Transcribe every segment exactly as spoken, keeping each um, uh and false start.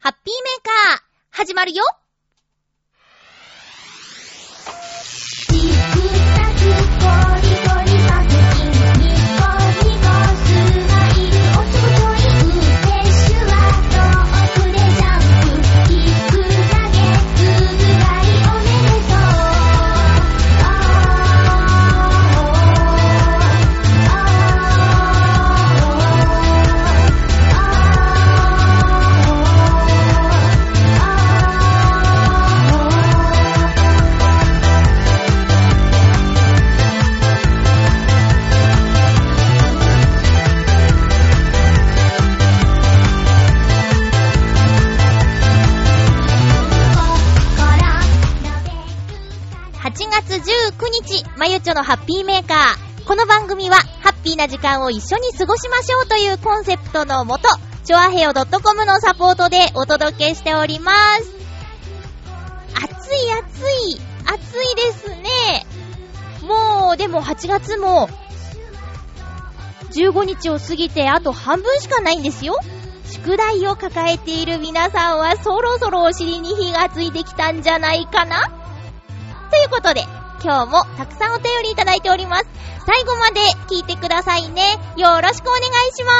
ハッピーメーカー始まるよ。はちがつじゅうくにち、まゆちょのハッピーメーカー。この番組はハッピーな時間を一緒に過ごしましょうというコンセプトのもと、チョアヘオ .com のサポートでお届けしております。暑い暑い暑いですね。もうでもはちがつもじゅうごにちを過ぎてあと半分しかないんですよ。宿題を抱えている皆さんはそろそろお尻に火がついてきたんじゃないかなということで、今日もたくさんお便りいただいております。最後まで聞いてくださいね。よろしくお願いします。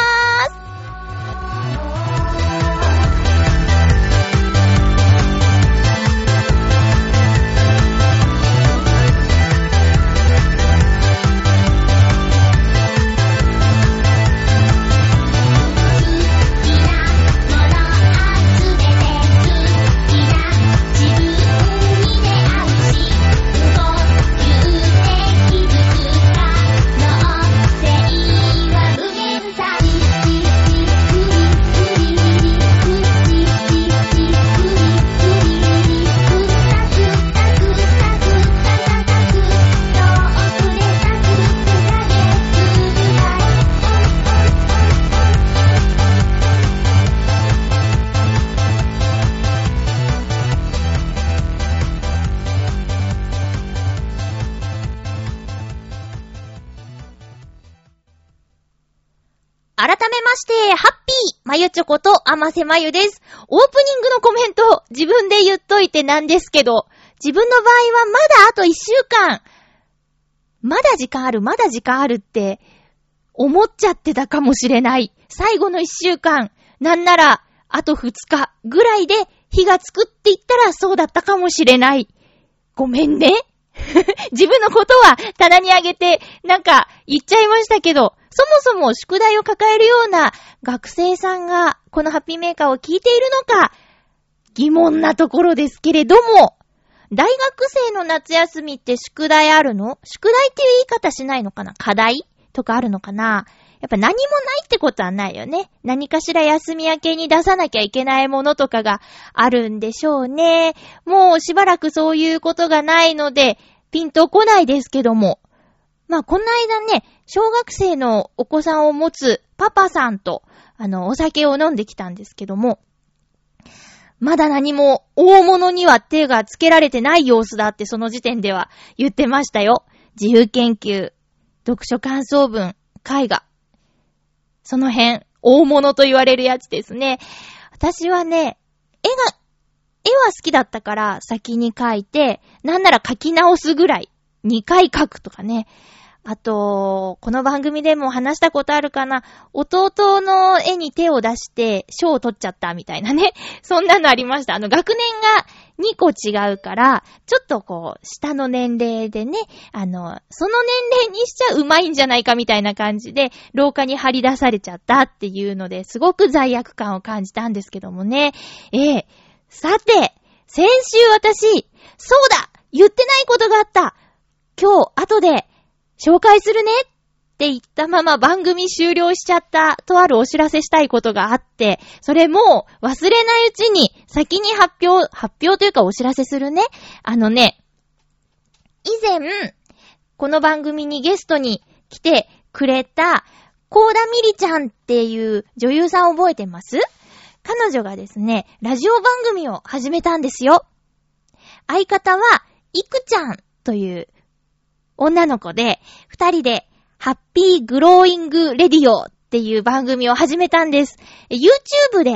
改めまして、ハッピーまゆちょことあませまゆです。オープニングのコメント、自分で言っといてなんですけど、自分の場合はまだあといっしゅうかん、まだ時間ある、まだ時間あるって思っちゃってたかもしれない。最後のいっしゅうかん、なんならあとふつかぐらいで火がつくって言ったらそうだったかもしれない。ごめんね。自分のことは棚にあげてなんか言っちゃいましたけど、そもそも宿題を抱えるような学生さんがこのハッピーメーカーを聞いているのか疑問なところですけれども、大学生の夏休みって宿題あるの？宿題っていう言い方しないのかな？課題とかあるのかな？やっぱ何もないってことはないよね。何かしら休み明けに出さなきゃいけないものとかがあるんでしょうね。もうしばらくそういうことがないのでピンとこないですけども。まあこの間ね、小学生のお子さんを持つパパさんとあのお酒を飲んできたんですけども、まだ何も大物には手がつけられてない様子だってその時点では言ってましたよ。自由研究、読書感想文、絵画、その辺大物と言われるやつですね。私はね、絵が絵は好きだったから先に描いて、なんなら描き直すぐらいにかい描くとかね。あと、この番組でも話したことあるかな、弟の絵に手を出して賞を取っちゃったみたいなね。そんなのありました。あの、学年がにこ違うから、ちょっとこう、下の年齢でね、あの、その年齢にしちゃうまいんじゃないかみたいな感じで、廊下に張り出されちゃったっていうので、すごく罪悪感を感じたんですけどもね。ええ。さて、先週私、そうだ！言ってないことがあった！今日、後で、紹介するねって言ったまま番組終了しちゃったとあるお知らせしたいことがあって、それも忘れないうちに先に発表、発表というかお知らせするね。あのね、以前、この番組にゲストに来てくれたコーダミリちゃんっていう女優さん覚えてます？彼女がですね、ラジオ番組を始めたんですよ。相方は、いくちゃんという女の子で、二人でハッピーグローイングレディオっていう番組を始めたんです。YouTube で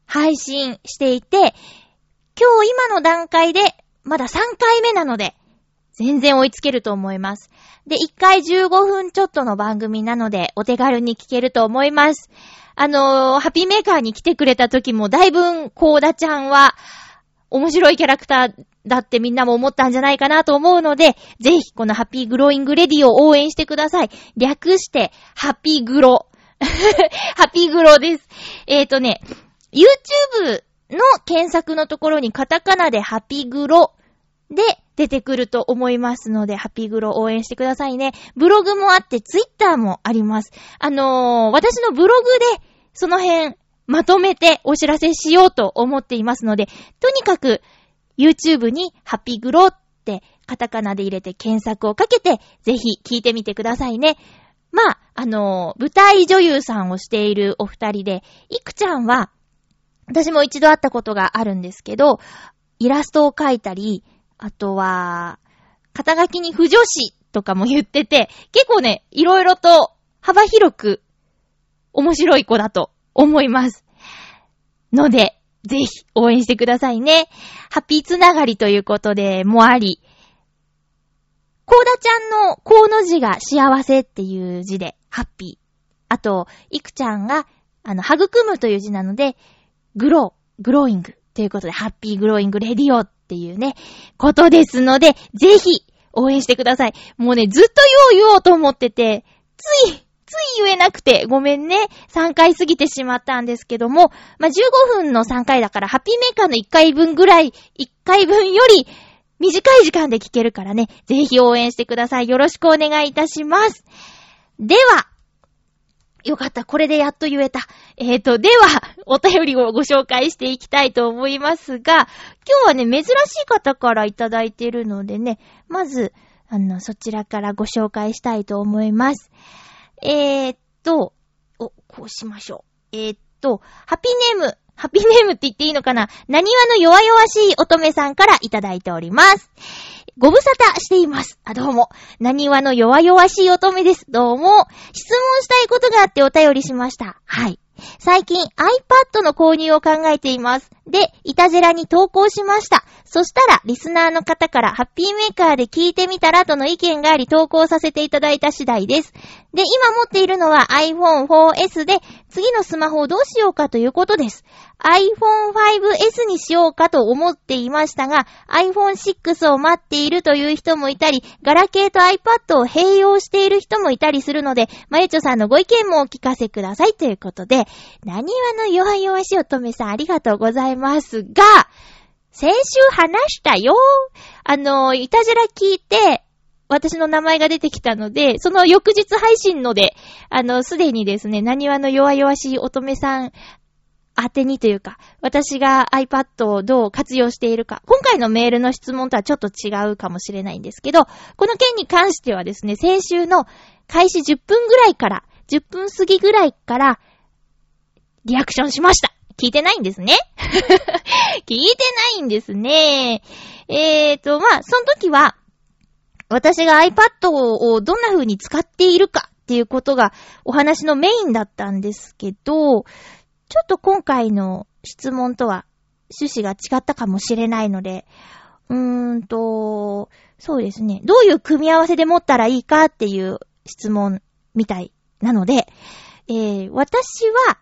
配信していて、今日今の段階でまださんかいめなので、全然追いつけると思います。で、いっかいじゅうごふんちょっとの番組なので、お手軽に聞けると思います。あのー、ハッピーメーカーに来てくれた時も、だいぶコーダちゃんは、面白いキャラクターだってみんなも思ったんじゃないかなと思うので、ぜひこのハッピーグローイングレディを応援してください。略して、ハッピーグロ。ハッピーグロです。えーとね、YouTube の検索のところにカタカナでハッピーグロで出てくると思いますので、ハッピーグロ応援してくださいね。ブログもあって、ツイッターもあります。あのー、私のブログでその辺まとめてお知らせしようと思っていますので、とにかく YouTube にハッピーグロってカタカナで入れて検索をかけて、ぜひ聞いてみてくださいね。まあ、あのー、舞台女優さんをしているお二人で、いくちゃんは、私も一度会ったことがあるんですけど、イラストを描いたり、あとは、肩書きに不女子とかも言ってて、結構ね、いろいろと幅広く面白い子だと思います。ので、ぜひ応援してくださいね。ハッピーつながりということでもあり、コーダちゃんのコウの字が幸せっていう字で、ハッピー。あと、いくちゃんが、あの、育むという字なので、グロー、グローイングということで、ハッピーグローイングレディオっていうね、ことですので、ぜひ応援してください。もうね、ずっと言おう言おうと思ってて、つい、つい言えなくて、ごめんね。さんかい過ぎてしまったんですけども、まあ、じゅうごふんのさんかいだから、ハッピーメーカーのいっかいぶんぐらい、いっかいぶんより短い時間で聞けるからね、ぜひ応援してください。よろしくお願いいたします。では、よかった。これでやっと言えた。えーと、では、お便りをご紹介していきたいと思いますが、今日はね、珍しい方からいただいているのでね、まず、あの、そちらからご紹介したいと思います。えーと、お、こうしましょう。えーと、ハッピーネーム、ハッピーネームって言っていいのかな？なにわの弱々しい乙女さんからいただいております。ご無沙汰しています。あ、どうも。なにわの弱々しい乙女です。どうも。質問したいことがあってお便りしました。はい。最近 iPad の購入を考えています。で、イタジェラに投稿しました。そしたら、リスナーの方からハッピーメーカーで聞いてみたらとの意見があり投稿させていただいた次第です。で、今持っているのは アイフォンフォーエス で、次のスマホをどうしようかということです。アイフォンファイブエス にしようかと思っていましたが、アイフォンシックス を待っているという人もいたり、ガラケーと iPad を併用している人もいたりするので、まゆちょさんのご意見もお聞かせくださいということで、なにわの弱々しい乙女さんありがとうございますが、先週話したよ。あの、イタジェラ聞いて、私の名前が出てきたので、その翌日配信ので、あの、すでにですね、なにわの弱々しい乙女さん宛てにというか、私が iPad をどう活用しているか、今回のメールの質問とはちょっと違うかもしれないんですけど、この件に関してはですね、先週の開始じゅっぷんぐらいから、じゅっぷん過ぎぐらいから、リアクションしました。聞いてないんですね。聞いてないんですね。えーと、まあ、その時は、私が iPad をどんな風に使っているかっていうことがお話のメインだったんですけど、ちょっと今回の質問とは趣旨が違ったかもしれないので、うーんと、そうですね。どういう組み合わせで持ったらいいかっていう質問みたいなので、えー、私は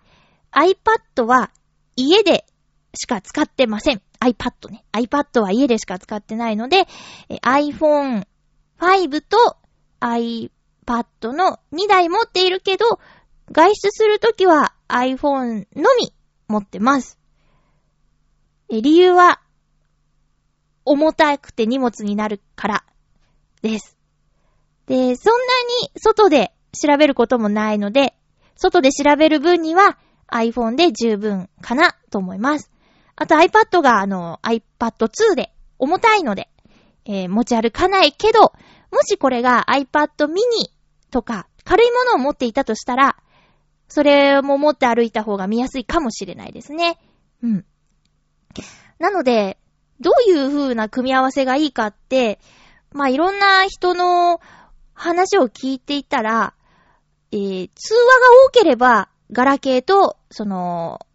iPad は家でしか使ってません。iPad ね。iPad は家でしか使ってないので、アイフォンファイブ と iPad のにだい持っているけど、外出するときは iPhone のみ持ってます。理由は、重たくて荷物になるからです。で、そんなに外で調べることもないので、外で調べる分には iPhone で十分かなと思います。あと iPad があの アイパッドツー で重たいので、えー、持ち歩かないけど、もしこれが iPad mini とか軽いものを持っていたとしたら、それも持って歩いた方が見やすいかもしれないですね。うん。なので、どういう風な組み合わせがいいかって、まあいろんな人の話を聞いていたら、えー、通話が多ければ、ガラケーと、その、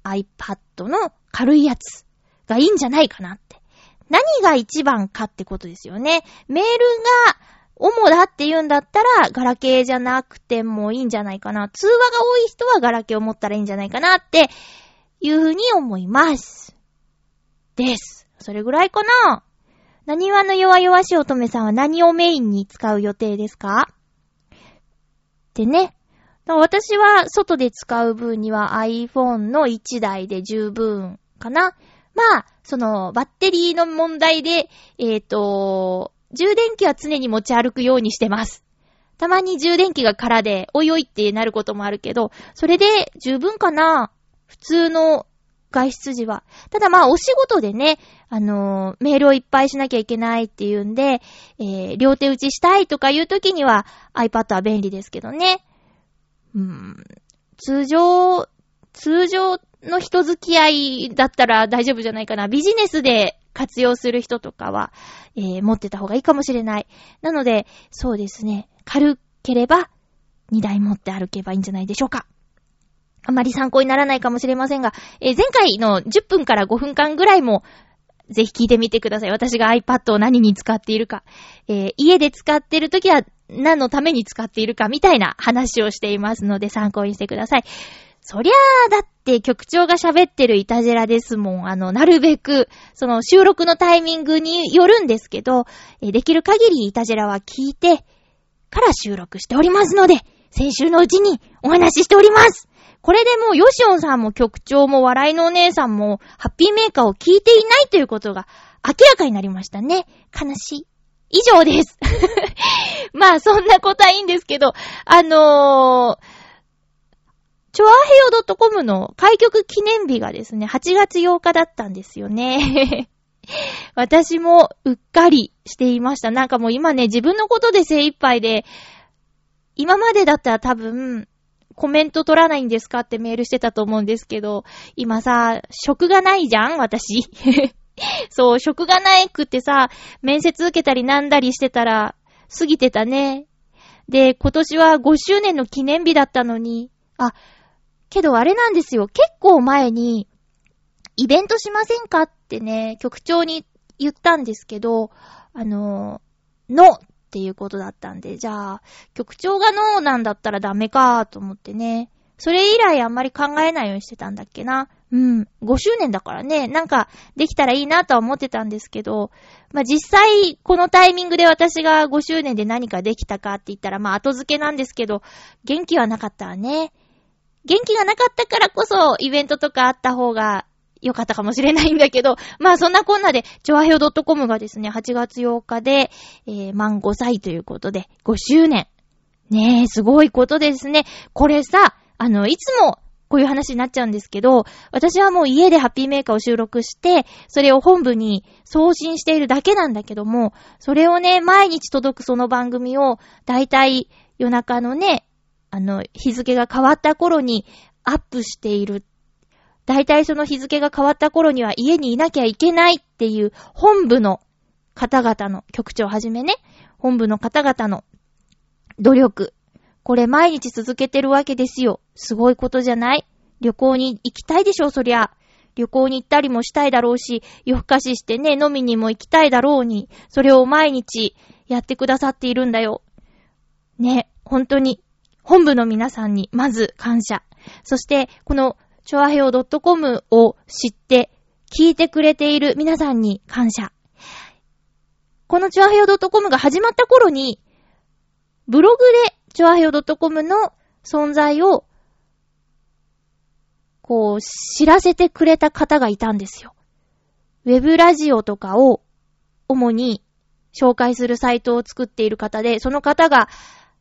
iPad の軽いやつがいいんじゃないかなって。何が一番かってことですよね。メールが主だって言うんだったら、ガラケーじゃなくてもいいんじゃないかな。通話が多い人はガラケーを持ったらいいんじゃないかなっていうふうに思います。です。それぐらいかな。何話の弱々しい乙女さんは何をメインに使う予定ですか？ってね。私は外で使う分には iPhone のいちだいで十分かな。まあ、そのバッテリーの問題で、えっと、充電器は常に持ち歩くようにしてます。たまに充電器が空で、おいおいってなることもあるけど、それで十分かな。普通の外出時は。ただまあ、お仕事でね、あのー、メールをいっぱいしなきゃいけないっていうんで、えー、両手打ちしたいとかいう時には iPad は便利ですけどね。うーん、通常、通常の人付き合いだったら大丈夫じゃないかな。ビジネスで活用する人とかは、えー、持ってた方がいいかもしれない。なので、そうですね。軽ければにだい持って歩けばいいんじゃないでしょうか。あまり参考にならないかもしれませんが、えー、前回のじゅっぷんからごふんかんぐらいもぜひ聞いてみてください。私が iPad を何に使っているか、えー、家で使っているときは何のために使っているかみたいな話をしていますので参考にしてください。そりゃあ、だって局長が喋ってるイタジェラですもん。あの、なるべく、その収録のタイミングによるんですけど、えできる限りイタジェラは聞いてから収録しておりますので、先週のうちにお話ししております。これでもうヨシオンさんも局長も笑いのお姉さんもハッピーメーカーを聞いていないということが明らかになりましたね。悲しい。以上です。まあそんなことはいいんですけど、あのー、チョアヘヨ .com の開局記念日がですね、はちがつようかだったんですよね。私もうっかりしていました。なんかもう今ね、自分のことで精一杯で、今までだったら多分、コメント取らないんですかってメールしてたと思うんですけど、今さ、職がないじゃん私。そう、職がないくってさ、面接受けたりなんだりしてたら、過ぎてたね。で、今年はごしゅうねんの記念日だったのに、あ、けどあれなんですよ。結構前に、イベントしませんかってね、局長に言ったんですけど、あの、ノーっていうことだったんで、じゃあ、局長がノーなんだったらダメかと思ってね。それ以来あんまり考えないようにしてたんだっけな。うん。ごしゅうねんだからね、なんかできたらいいなとは思ってたんですけど、まあ、実際このタイミングで私がごしゅうねんで何かできたかって言ったら、まあ、後付けなんですけど、元気はなかったわね。元気がなかったからこそイベントとかあった方が良かったかもしれないんだけど、まあそんなこんなで、チョアヘヨ .com がですね、はちがつようかで、えー、満ごさいということで、ごしゅうねん。ねえ、すごいことですね。これさ、あの、いつもこういう話になっちゃうんですけど、私はもう家でハッピーメーカーを収録して、それを本部に送信しているだけなんだけども、それをね、毎日届くその番組を、だいたい夜中のね、あの、日付が変わった頃にアップしている。だいたいその日付が変わった頃には家にいなきゃいけないっていう本部の方々の、局長はじめね、本部の方々の努力。これ毎日続けてるわけですよ。すごいことじゃない？旅行に行きたいでしょ、そりゃ。旅行に行ったりもしたいだろうし、夜更かししてね、飲みにも行きたいだろうに、それを毎日やってくださっているんだよ。ね、本当に。本部の皆さんにまず感謝。そしてこのチョアヘヨ .com を知って聞いてくれている皆さんに感謝。このチョアヘヨ .com が始まった頃にブログでチョアヘヨ .com の存在をこう知らせてくれた方がいたんですよ。ウェブラジオとかを主に紹介するサイトを作っている方で、その方が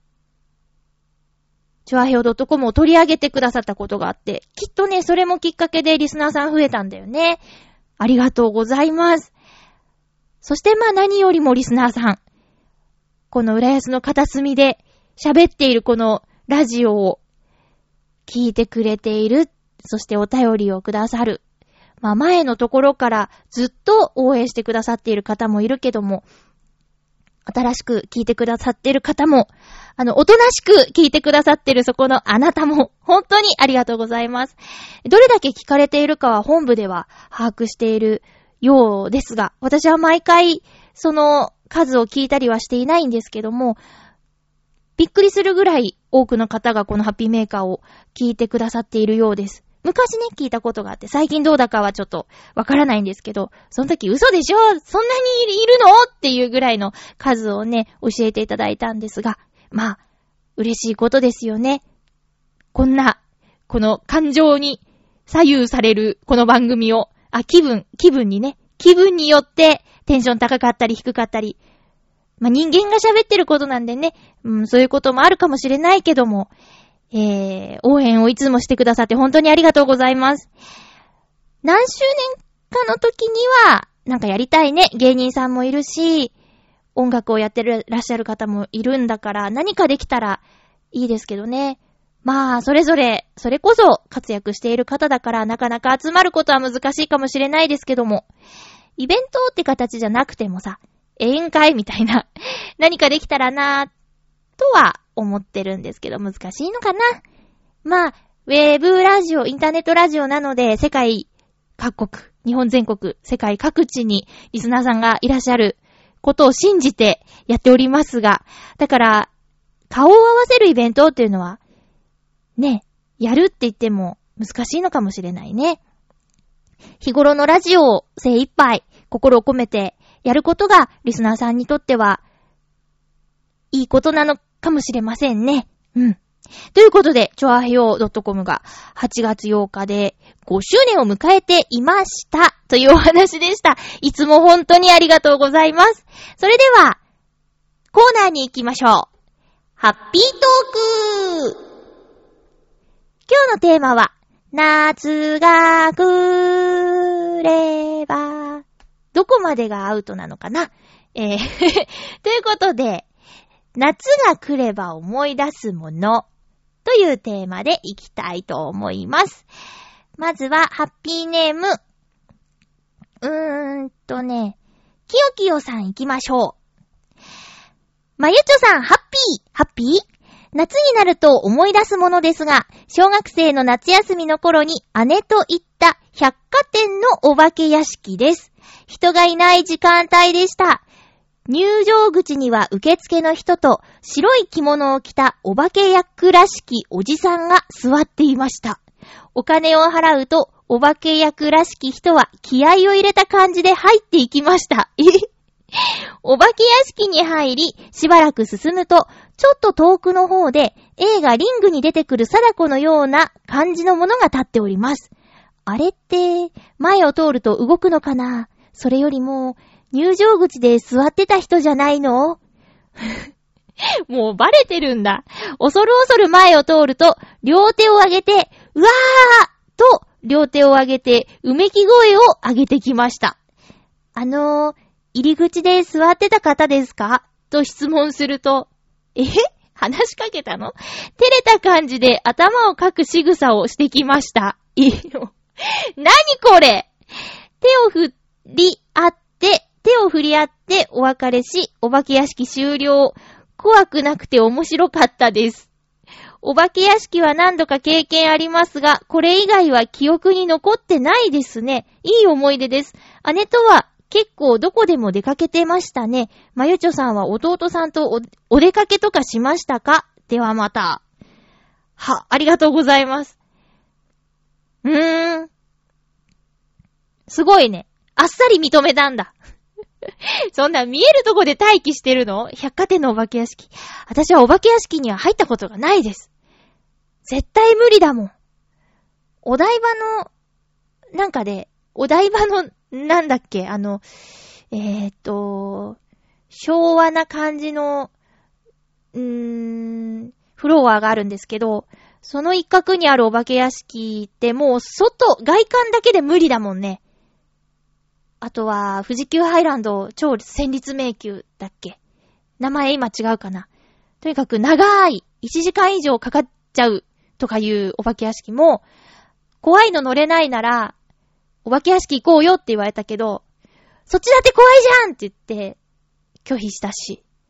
チョアヘヨ .com を取り上げてくださったことがあって、きっとね、それもきっかけでリスナーさん増えたんだよね。ありがとうございます。そしてまあ何よりもリスナーさん、この浦安の片隅で喋っているこのラジオを聞いてくれている、そしてお便りをくださる。まあ前のところからずっと応援してくださっている方もいるけども、 新しく聞いてくださってる方も、あの、おとなしく聞いてくださってるそこのあなたも、本当にありがとうございます。どれだけ聞かれているかは本部では把握しているようですが、私は毎回、その数を聞いたりはしていないんですけども、びっくりするぐらい多くの方がこのハッピーメーカーを聞いてくださっているようです。昔ね、聞いたことがあって、最近どうだかはちょっとわからないんですけど、その時嘘でしょ？そんなにいるの？っていうぐらいの数をね、教えていただいたんですが、まあ、嬉しいことですよね。こんな、この感情に左右されるこの番組を、あ、気分、気分にね、気分によってテンション高かったり低かったり、まあ人間が喋ってることなんでね、うん、そういうこともあるかもしれないけども、えー、応援をいつもしてくださって本当にありがとうございます。何周年かの時には、なんかやりたいね、芸人さんもいるし、音楽をやってらっしゃる方もいるんだから、何かできたらいいですけどね。まあ、それぞれ、それこそ活躍している方だから、なかなか集まることは難しいかもしれないですけども、イベントって形じゃなくてもさ、宴会みたいな、何かできたらなぁ、とは思ってるんですけど、難しいのかな。まあ、ウェブラジオ、インターネットラジオなので、世界各国、日本全国、世界各地にリスナーさんがいらっしゃることを信じてやっておりますが、だから、顔を合わせるイベントっていうのは、ね、やるって言っても難しいのかもしれないね。日頃のラジオを精一杯、心を込めてやることが、リスナーさんにとっては、いいことなのかもしれませんね。うん。ということで、チョアヘヨ .com がはちがつようかでごしゅうねんを迎えていましたというお話でした。いつも本当にありがとうございます。それでは、コーナーに行きましょう。ハッピートーク。今日のテーマは、夏が来れば、どこまでがアウトなのかな？えー、ということで、夏が来れば思い出すものというテーマでいきたいと思います。まずは、ハッピーネーム。うーんとね、きよきよさん行きましょう。まゆちょさん、ハッピー、ハッピー？夏になると思い出すものですが、小学生の夏休みの頃に姉と行った百貨店のお化け屋敷です。人がいない時間帯でした。入場口には受付の人と白い着物を着たお化け役らしきおじさんが座っていました。お金を払うとお化け役らしき人は気合を入れた感じで入っていきました。お化け屋敷に入り、しばらく進むと、ちょっと遠くの方で映画リングに出てくる貞子のような感じのものが立っております。あれって、前を通ると動くのかな？それよりも、入場口で座ってた人じゃないの？もうバレてるんだ。恐る恐る前を通ると、両手を上げて、うわーと、両手を上げて、うめき声を上げてきました。あのー、入り口で座ってた方ですか？と質問すると、え？話しかけたの？照れた感じで頭をかく仕草をしてきました。いいの？何これ？手を振り合って、手を振り合ってお別れし、お化け屋敷終了。怖くなくて面白かったです。お化け屋敷は何度か経験ありますが、これ以外は記憶に残ってないですね。いい思い出です。姉とは結構どこでも出かけてましたね。まゆちょさんは弟さんと お, お出かけとかしましたか？ではまた。は、ありがとうございます。うーん。すごいね。あっさり認めたんだ。そんな見えるとこで待機してるの？百貨店のお化け屋敷。私はお化け屋敷には入ったことがないです。絶対無理だもん。お台場の、なんかで、お台場の、なんだっけ、あの、えーっと、昭和な感じの、うーん、フロアがあるんですけど、その一角にあるお化け屋敷ってもう外、外観だけで無理だもんね。あとは、富士急ハイランド超戦慄迷宮だっけ？名前今違うかな。とにかく長い、いちじかん以上かかっちゃうとかいうお化け屋敷も、怖いの乗れないなら、お化け屋敷行こうよって言われたけど、そっちだって怖いじゃんって言って、拒否したし。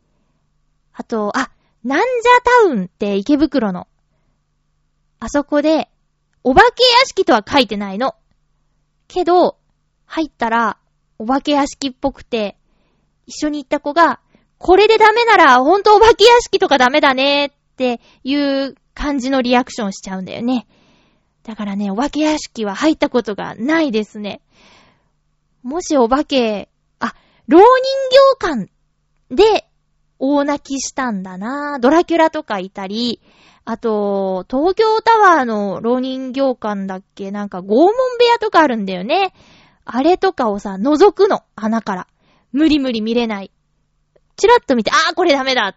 あと、あ、なんじゃタウンって池袋の。あそこで、お化け屋敷とは書いてないの。けど、入ったら、お化け屋敷っぽくて、一緒に行った子が、これでダメなら、ほんとお化け屋敷とかダメだねっていう感じのリアクションしちゃうんだよね。だからね、お化け屋敷は入ったことがないですね。もしお化け、あ、老人形館で大泣きしたんだな。ドラキュラとかいたり、あと、東京タワーの老人形館だっけ、なんか拷問部屋とかあるんだよね。あれとかをさ、覗くの、穴から。無理無理見れない。チラッと見て、あーこれダメだって。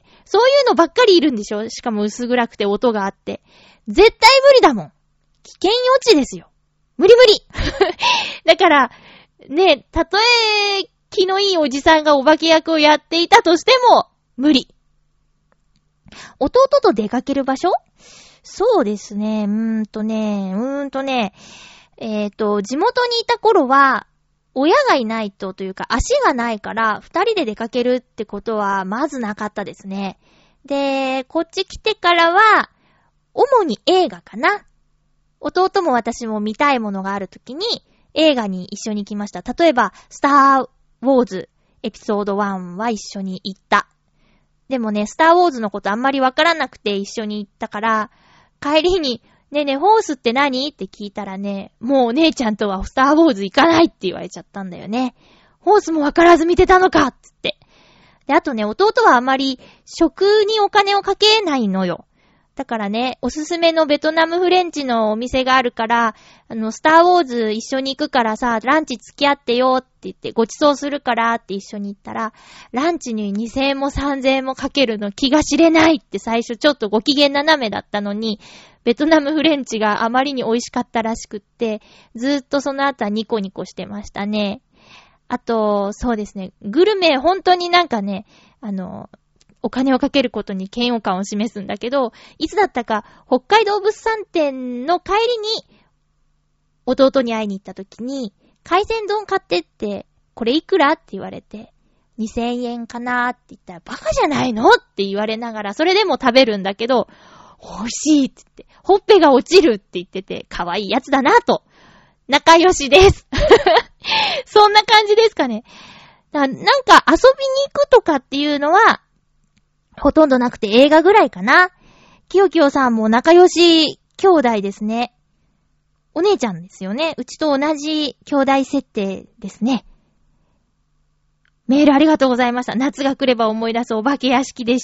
そういうのばっかりいるんでしょ？しかも薄暗くて音があって。絶対無理だもん。危険予知ですよ。無理無理だから、ね、たとえ気のいいおじさんがお化け役をやっていたとしても、無理。弟と出かける場所？そうですね、うーんとね、うーんとね、えっと、地元にいた頃は、親がいないとというか足がないから二人で出かけるってことはまずなかったですね。で、こっち来てからは主に映画かな。弟も私も見たいものがあるときに映画に一緒に行きました。例えばスターウォーズエピソードワンは一緒に行った。でもね、スターウォーズのことあんまりわからなくて一緒に行ったから帰りにねえねえ、ホースって何って聞いたらね、もうお姉ちゃんとはスターウォーズ行かないって言われちゃったんだよね。ホースもわからず見てたのかっつって。で、あとね、弟はあまり食にお金をかけないのよ。だからね、おすすめのベトナムフレンチのお店があるから、あの、スターウォーズ一緒に行くからさ、ランチ付き合ってよって言って、ご馳走するからって一緒に行ったら、ランチににせんえんもさんぜんえんもかけるの気が知れないって最初ちょっとご機嫌斜めだったのに、ベトナムフレンチがあまりに美味しかったらしくって、ずーっとその後はニコニコしてましたね。あと、そうですね、グルメ本当になんかね、あの、お金をかけることに嫌悪感を示すんだけど、いつだったか北海道物産展の帰りに弟に会いに行った時に海鮮丼買ってって、これいくらって言われて、にせんえんかなって言ったら、バカじゃないのって言われながら、それでも食べるんだけど、欲しいって言って、ほっぺが落ちるって言ってて、可愛いやつだなと。仲良しです。そんな感じですかね。だなんか遊びに行くとかっていうのは、ほとんどなくて映画ぐらいかな。きよきよさんも仲良し兄弟ですね。お姉ちゃんですよね。うちと同じ兄弟設定ですね。メールありがとうございました。夏が来れば思い出すお化け屋敷でした。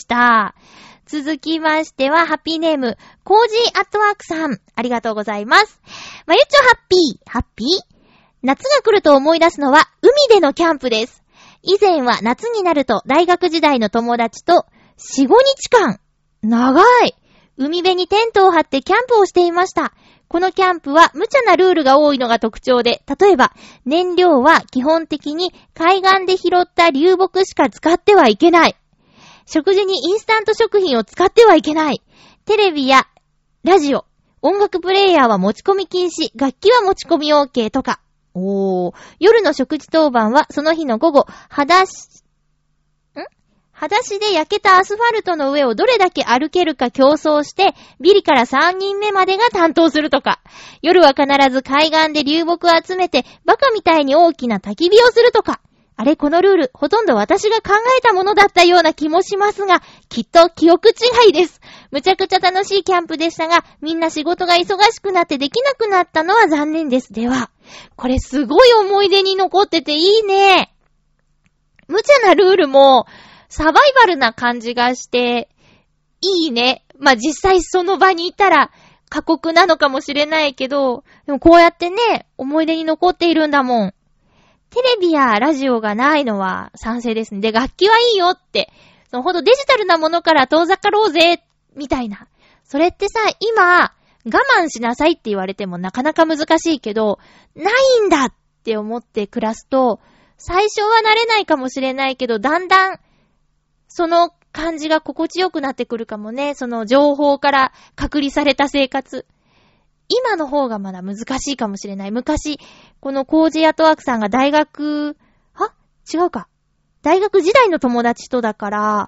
続きましては、ハッピーネーム、コージーアットワークさん。ありがとうございます。まゆちょハッピー、ハッピー。夏が来ると思い出すのは、海でのキャンプです。以前は夏になると大学時代の友達と、よん、ごにちかん、長い、海辺にテントを張ってキャンプをしていました。このキャンプは無茶なルールが多いのが特徴で、例えば、燃料は基本的に海岸で拾った流木しか使ってはいけない。食事にインスタント食品を使ってはいけない。テレビやラジオ、音楽プレイヤーは持ち込み禁止、楽器は持ち込み OK とか。おー、夜の食事当番はその日の午後、裸足、裸足で焼けたアスファルトの上をどれだけ歩けるか競争して、ビリからさんにんめまでが担当するとか。夜は必ず海岸で流木を集めて、バカみたいに大きな焚き火をするとか。あれ、このルール、ほとんど私が考えたものだったような気もしますが、きっと記憶違いです。むちゃくちゃ楽しいキャンプでしたが、みんな仕事が忙しくなってできなくなったのは残念です。では、これすごい思い出に残ってていいね。無茶なルールも、サバイバルな感じがして、いいね。まあ、実際その場にいたら過酷なのかもしれないけど、でもこうやってね、思い出に残っているんだもん。テレビやラジオがないのは賛成ですね。で、楽器はいいよって。そのほどデジタルなものから遠ざかろうぜ、みたいな。それってさ、今、我慢しなさいって言われてもなかなか難しいけど、ないんだって思って暮らすと、最初は慣れないかもしれないけど、だんだん、その感じが心地よくなってくるかもね。その情報から隔離された生活。今の方がまだ難しいかもしれない。昔、このコージーアットワークさんが大学、は違うか。大学時代の友達とだから、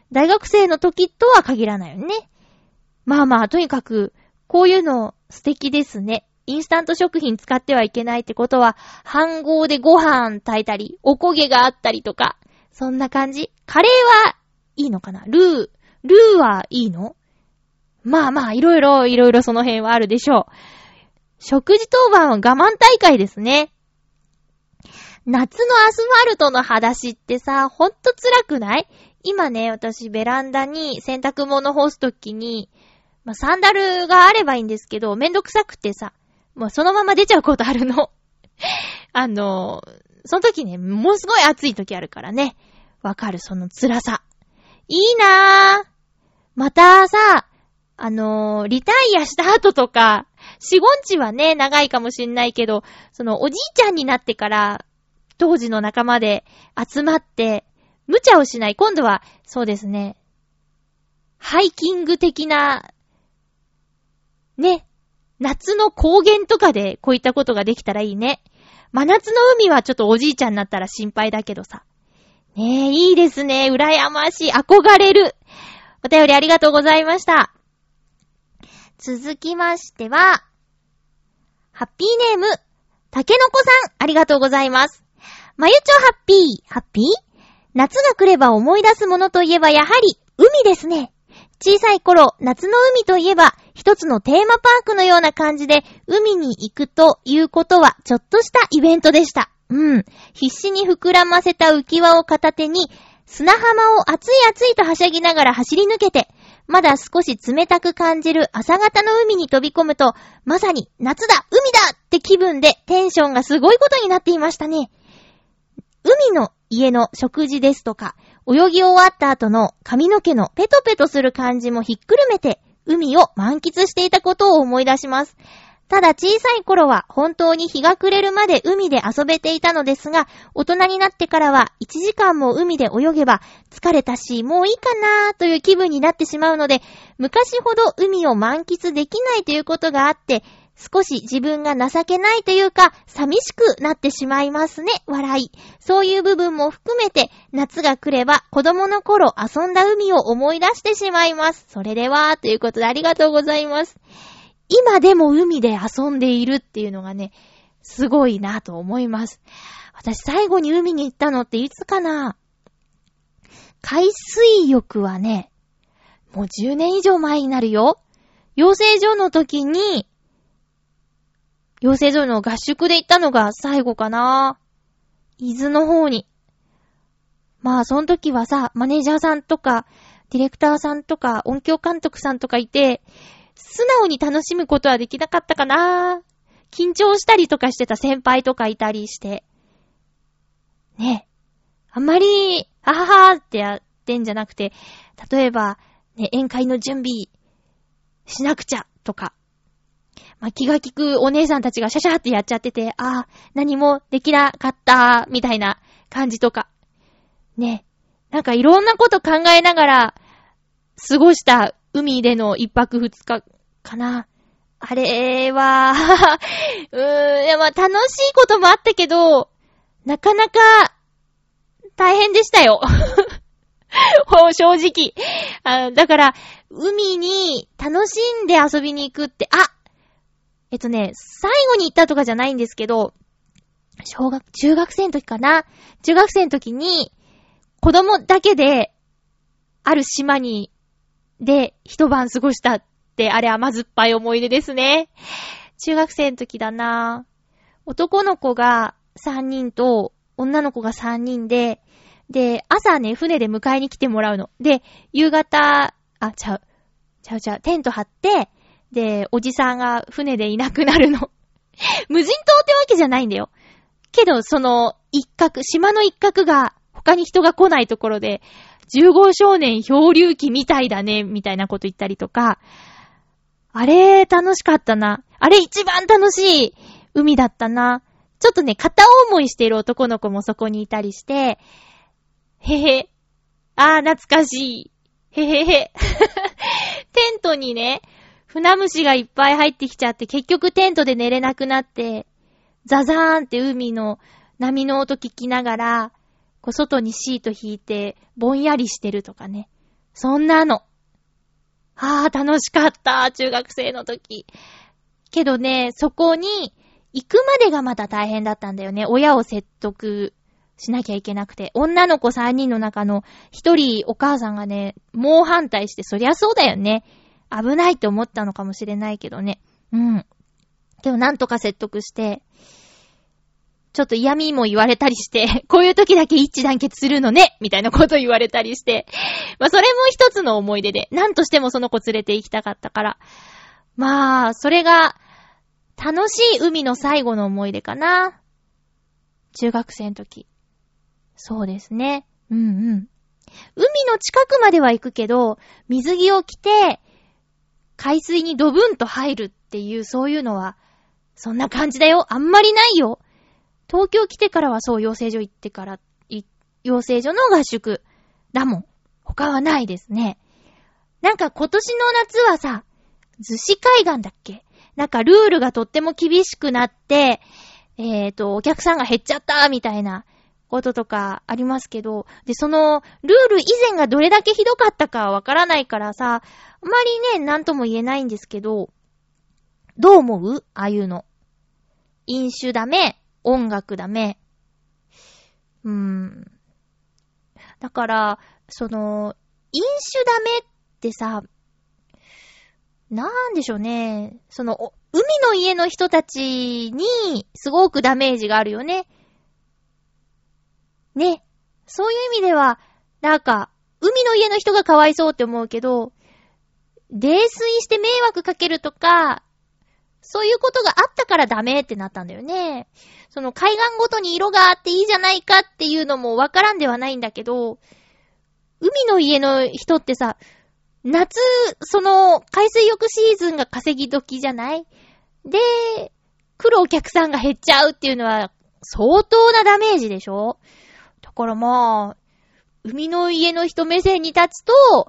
大学生の時とは限らないよね。まあまあ、とにかく、こういうの素敵ですね。インスタント食品使ってはいけないってことは、飯盒でご飯炊いたり、おこげがあったりとか、そんな感じ。カレーはいいのかな？ルー、ルーはいいの？まあまあ、いろいろ、いろいろその辺はあるでしょう。食事当番は我慢大会ですね。夏のアスファルトの裸足ってさ、ほんと辛くない？今ね、私ベランダに洗濯物干すときに、まあ、サンダルがあればいいんですけど、めんどくさくてさ、もうそのまま出ちゃうことあるの。あの、その時ね、ものすごい暑い時あるからね。わかる、その辛さ。いいなぁ。またさ、あのー、リタイアした後とか、四五日はね、長いかもしんないけど、そのおじいちゃんになってから、当時の仲間で集まって、無茶をしない。今度は、そうですね、ハイキング的な、ね、夏の高原とかでこういったことができたらいいね。真夏の海はちょっとおじいちゃんになったら心配だけどさ。ねえ、いいですね。羨ましい。憧れる。お便りありがとうございました。続きましては、ハッピーネーム、たけのこさん、ありがとうございます。まゆちょハッピー、ハッピー？夏が来れば思い出すものといえばやはり、海ですね。小さい頃、夏の海といえば、一つのテーマパークのような感じで、海に行くということは、ちょっとしたイベントでした。うん。必死に膨らませた浮き輪を片手に、砂浜を熱い熱いとはしゃぎながら走り抜けて、まだ少し冷たく感じる朝方の海に飛び込むと、まさに夏だ、海だって気分でテンションがすごいことになっていましたね。海の家の食事ですとか、泳ぎ終わった後の髪の毛のペトペトする感じもひっくるめて、海を満喫していたことを思い出します。ただ小さい頃は本当に日が暮れるまで海で遊べていたのですが、大人になってからはいちじかんも海で泳げば疲れたしもういいかなーという気分になってしまうので、昔ほど海を満喫できないということがあって、少し自分が情けないというか寂しくなってしまいますね。笑い。そういう部分も含めて夏が来れば子供の頃遊んだ海を思い出してしまいます。それではということでありがとうございます。今でも海で遊んでいるっていうのがね、すごいなと思います。私最後に海に行ったのっていつかな？海水浴はね、もうじゅうねん以上前になるよ。養成所の時に、養成所の合宿で行ったのが最後かな。伊豆の方に。まあその時はさ、マネージャーさんとか、ディレクターさんとか、音響監督さんとかいて、素直に楽しむことはできなかったかな。緊張したりとかしてた先輩とかいたりして。ね。あんまり、はははーってやってんじゃなくて、例えば、ね、宴会の準備しなくちゃとか。まあ、気が利くお姉さんたちがシャシャーってやっちゃってて、ああ、何もできなかった、みたいな感じとか。ね。なんかいろんなこと考えながら、過ごした海での一泊二日かな。あれは、うーん、いやまあ楽しいこともあったけど、なかなか大変でしたよ。正直あ。だから、海に楽しんで遊びに行くって、あえっとね、最後に行ったとかじゃないんですけど、小学、中学生の時かな。中学生の時に、子供だけで、ある島に、で、一晩過ごしたって、あれ甘酸っぱい思い出ですね。中学生の時だな。男の子がさんにんと、女の子がさんにんで、で、朝ね、船で迎えに来てもらうの。で、夕方、あ、ちゃう、ちゃうちゃう、テント張って、で、おじさんが船でいなくなるの。無人島ってわけじゃないんだよ。けど、その、一角、島の一角が、他に人が来ないところで、じゅうご少年漂流記みたいだね、みたいなこと言ったりとか、あれ、楽しかったな。あれ一番楽しい海だったな。ちょっとね、片思いしている男の子もそこにいたりして、へへ。あー、懐かしい。へへへ。テントにね、船虫がいっぱい入ってきちゃって、結局テントで寝れなくなって、ザザーンって海の波の音聞きながら、こう外にシート引いて、ぼんやりしてるとかね。 そんなの。あー楽しかった、中学生の時。けどね、そこに行くまでがまた大変だったんだよね。親を説得しなきゃいけなくて。女の子さんにんの中の一人お母さんがね、猛反対して、そりゃそうだよね。危ないって思ったのかもしれないけどね。うん。けどなんとか説得して、ちょっと嫌味も言われたりして、こういう時だけ一致団結するのねみたいなこと言われたりして、まあそれも一つの思い出で、なんとしてもその子連れて行きたかったから。まあ、それが楽しい海の最後の思い出かな。中学生の時。そうですね。うんうん。海の近くまでは行くけど、水着を着て、海水にドブンと入るっていう、そういうのは、そんな感じだよ。あんまりないよ。東京来てからはそう、養成所行ってから、養成所の合宿だもん。他はないですね。なんか今年の夏はさ、逗子海岸だっけ？なんかルールがとっても厳しくなって、えっと、お客さんが減っちゃったみたいなこととかありますけど、で、そのルール以前がどれだけひどかったかわからないからさ、あまりね、なんとも言えないんですけど、どう思う？ああいうの。飲酒ダメ、音楽ダメ。うーん。だから、その、飲酒ダメってさ、なんでしょうね。その、海の家の人たちにすごくダメージがあるよね。ね。そういう意味では、なんか、海の家の人がかわいそうって思うけど、泥酔して迷惑かけるとか、そういうことがあったからダメってなったんだよね。その海岸ごとに色があっていいじゃないかっていうのもわからんではないんだけど、海の家の人ってさ、夏、その海水浴シーズンが稼ぎ時じゃない？で、来るお客さんが減っちゃうっていうのは相当なダメージでしょ？だからまあ、海の家の人目線に立つと、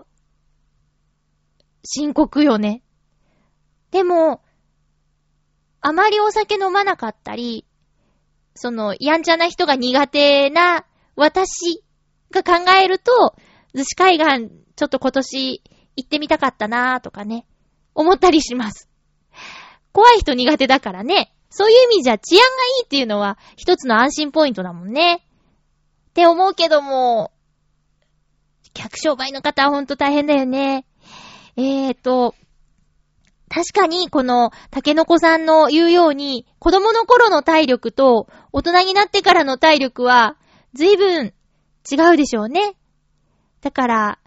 深刻よね。でも、あまりお酒飲まなかったり、その、やんちゃな人が苦手な私が考えると、逗子海岸ちょっと今年行ってみたかったなーとかね、思ったりします。怖い人苦手だからね、そういう意味じゃ治安がいいっていうのは一つの安心ポイントだもんね。って思うけども、客商売の方はほんと大変だよね。えーと、確かにこの竹の子さんの言うように子供の頃の体力と大人になってからの体力は随分違うでしょうね。だから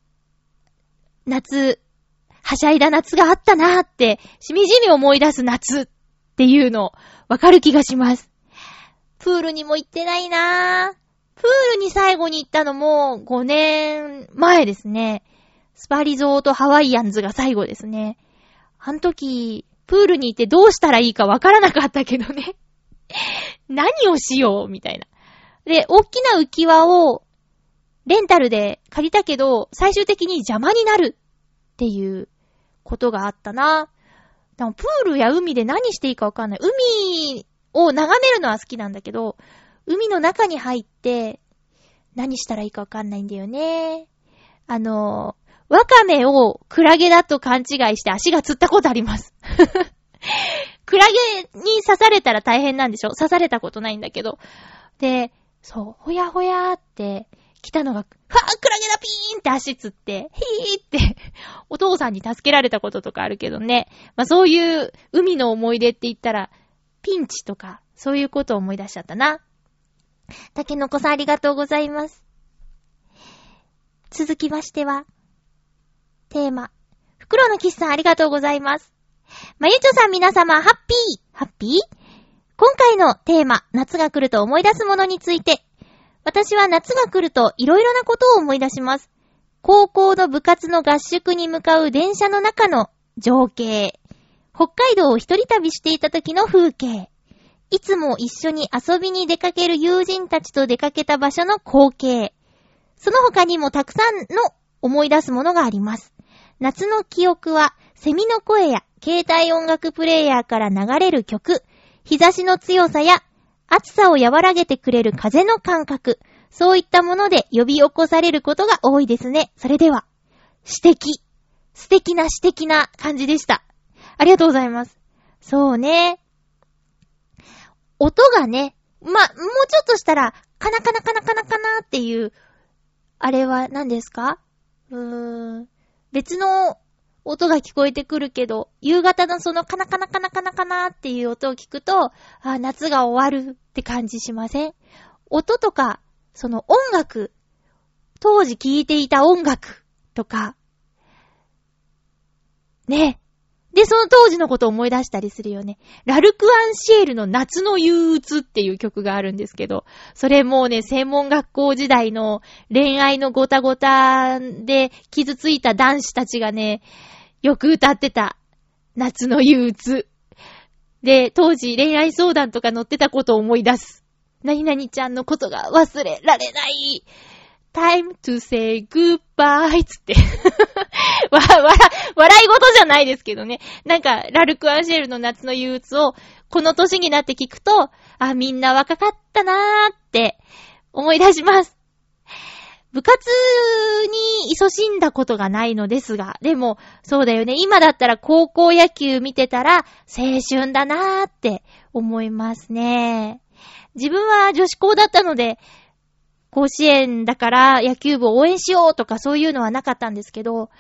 夏はしゃいだ夏があったなーってしみじみ思い出す夏っていうのわかる気がします。プールにも行ってないなー。プールに最後に行ったのもごねんまえですね。スパリゾートハワイアンズが最後ですね。あの時、プールに行ってどうしたらいいかわからなかったけどね。何をしようみたいな。で、大きな浮き輪をレンタルで借りたけど、最終的に邪魔になるっていうことがあったな。でもプールや海で何していいかわかんない。海を眺めるのは好きなんだけど、海の中に入って何したらいいかわかんないんだよね。あの、ワカメをクラゲだと勘違いして足がつったことあります。クラゲに刺されたら大変なんでしょ？刺されたことないんだけど。で、そう、ほやほやーって来たのが、ふわークラゲだピーンって足つって、ヒーってお父さんに助けられたこととかあるけどね。まあそういう海の思い出って言ったら、ピンチとかそういうことを思い出しちゃったな。竹の子さんありがとうございます。続きましては、テーマ。フクロウのキスさんありがとうございます。まゆちょさん皆様、ハッピーハッピー今回のテーマ、夏が来ると思い出すものについて。私は夏が来るといろいろなことを思い出します。高校の部活の合宿に向かう電車の中の情景。北海道を一人旅していた時の風景。いつも一緒に遊びに出かける友人たちと出かけた場所の光景。その他にもたくさんの思い出すものがあります。夏の記憶はセミの声や携帯音楽プレイヤーから流れる曲、日差しの強さや暑さを和らげてくれる風の感覚、そういったもので呼び起こされることが多いですね。それでは、 指摘。素敵な指摘な感じでした。ありがとうございます。そうね。音がね、ま、もうちょっとしたら、カナカナカナカナカナっていう、あれは何ですか？うーん。別の音が聞こえてくるけど、夕方のそのカナカナカナカナカナっていう音を聞くと、あ、夏が終わるって感じしません？音とか、その音楽、当時聴いていた音楽とか、ね。で、その当時のことを思い出したりするよね。ラルク・アンシエルの夏の憂鬱っていう曲があるんですけど、それもうね、専門学校時代の恋愛のごたごたで傷ついた男子たちがね、よく歌ってた夏の憂鬱。で、当時恋愛相談とか載ってたことを思い出す。何々ちゃんのことが忘れられない。time to say goodbye つって。わ、わ、笑い事じゃないですけどね。なんか、ラルク・アンシェルの夏の憂鬱を、この年になって聞くと、あ、みんな若かったなーって思い出します。部活に勤しんだことがないのですが、でも、そうだよね。今だったら高校野球見てたら、青春だなーって思いますね。自分は女子校だったので、甲子園だから野球部を応援しようとかそういうのはなかったんですけど、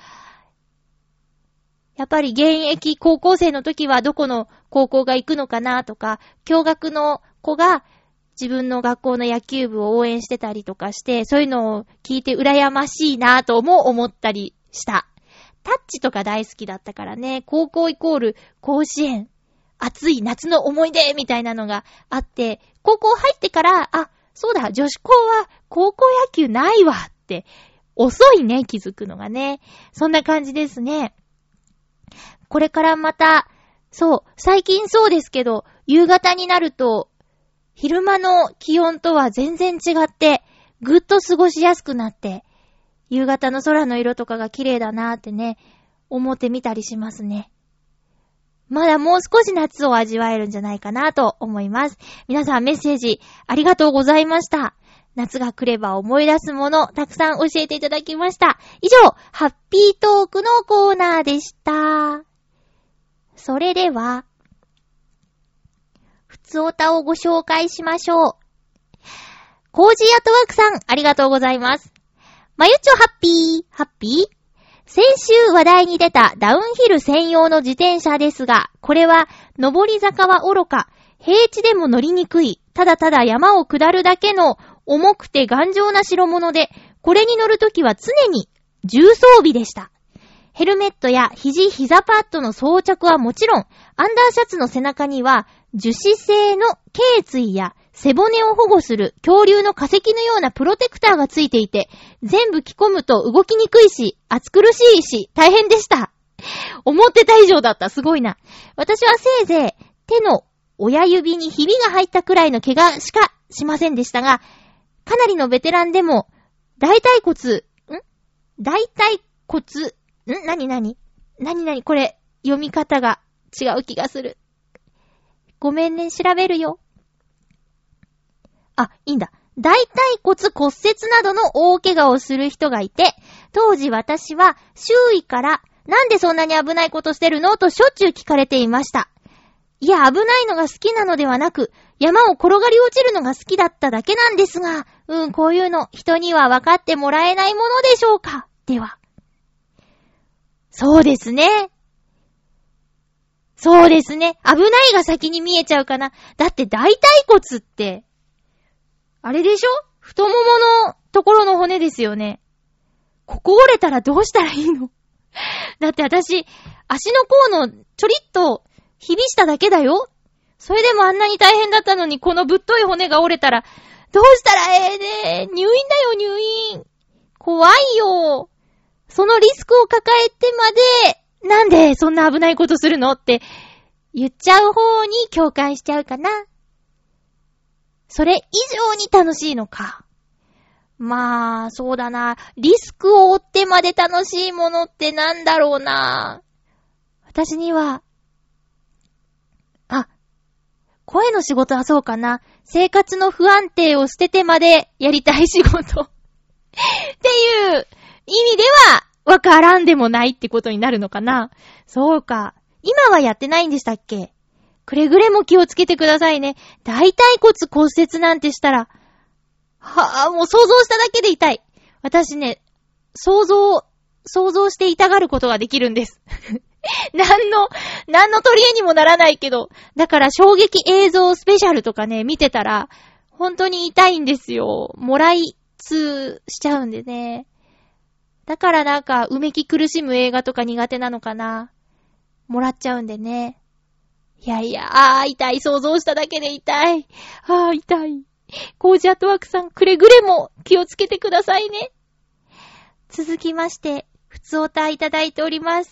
やっぱり現役高校生の時はどこの高校が行くのかなとか、共学の子が自分の学校の野球部を応援してたりとかして、そういうのを聞いて羨ましいなとも思ったりした。タッチとか大好きだったからね、高校イコール甲子園、暑い夏の思い出みたいなのがあって、高校入ってから、あ、そうだ、女子校は高校野球ないわって、遅いね、気づくのがね。そんな感じですね。これからまた、そう、最近そうですけど、夕方になると、昼間の気温とは全然違って、ぐっと過ごしやすくなって、夕方の空の色とかが綺麗だなーってね、思ってみたりしますね。まだもう少し夏を味わえるんじゃないかなと思います。皆さんメッセージありがとうございました。夏が来れば思い出すものたくさん教えていただきました。以上、ハッピートークのコーナーでした。それでは、ふつおたをご紹介しましょう。コージーアットワークさん、ありがとうございます。まゆちょハッピー、ハッピー先週話題に出たダウンヒル専用の自転車ですが、これは上り坂はおろか、平地でも乗りにくい、ただただ山を下るだけの重くて頑丈な代物で、これに乗るときは常に重装備でした。ヘルメットや肘、膝パッドの装着はもちろん、アンダーシャツの背中には樹脂製の頸椎や背骨を保護する恐竜の化石のようなプロテクターがついていて、全部着込むと動きにくいし、暑苦しいし、大変でした。思ってた以上だった。すごいな。私はせいぜい手の親指にひびが入ったくらいの怪我しかしませんでしたが、かなりのベテランでも、大腿骨、ん大腿骨、んなになになになにこれ、読み方が違う気がする。ごめんね、調べるよ。あ、いいんだ。大腿骨骨折などの大怪我をする人がいて、当時私は周囲からなんでそんなに危ないことしてるのとしょっちゅう聞かれていました。いや、危ないのが好きなのではなく、山を転がり落ちるのが好きだっただけなんですが、うん、こういうの人には分かってもらえないものでしょうか。では。そうですね。そうですね。危ないが先に見えちゃうかな。だって大腿骨って、あれでしょ？太もものところの骨ですよね。ここ折れたらどうしたらいいの？だって私、足の甲のちょりっとひびしただけだよ。それでもあんなに大変だったのに、このぶっとい骨が折れたら、どうしたらええね。入院だよ、入院。怖いよ。そのリスクを抱えてまで、なんでそんな危ないことするのって言っちゃう方に共感しちゃうかな。それ以上に楽しいのか。まあ、そうだな。リスクを負ってまで楽しいものってなんだろうな。私には、あ、声の仕事はそうかな。生活の不安定を捨ててまでやりたい仕事。っていう意味では、 わからんでもないってことになるのかな。そうか。今はやってないんでしたっけ？くれぐれも気をつけてくださいね。大腿骨骨折なんてしたら、はぁ、もう想像しただけで痛い。私ね、想像、想像して痛がることができるんです。何の、何の取り柄にもならないけど、だから衝撃映像スペシャルとかね、見てたら、本当に痛いんですよ。もらい痛しちゃうんでね。だからなんか、うめき苦しむ映画とか苦手なのかな。もらっちゃうんでね。いやいや、あー痛い、想像しただけで痛い。あー痛い。コージアットワークさん、くれぐれも気をつけてくださいね。続きまして、ふつおたいただいております。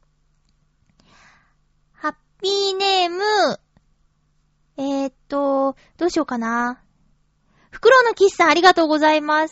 ハッピーネーム、えーっと、どうしようかな。フクロウのキスさんありがとうございます。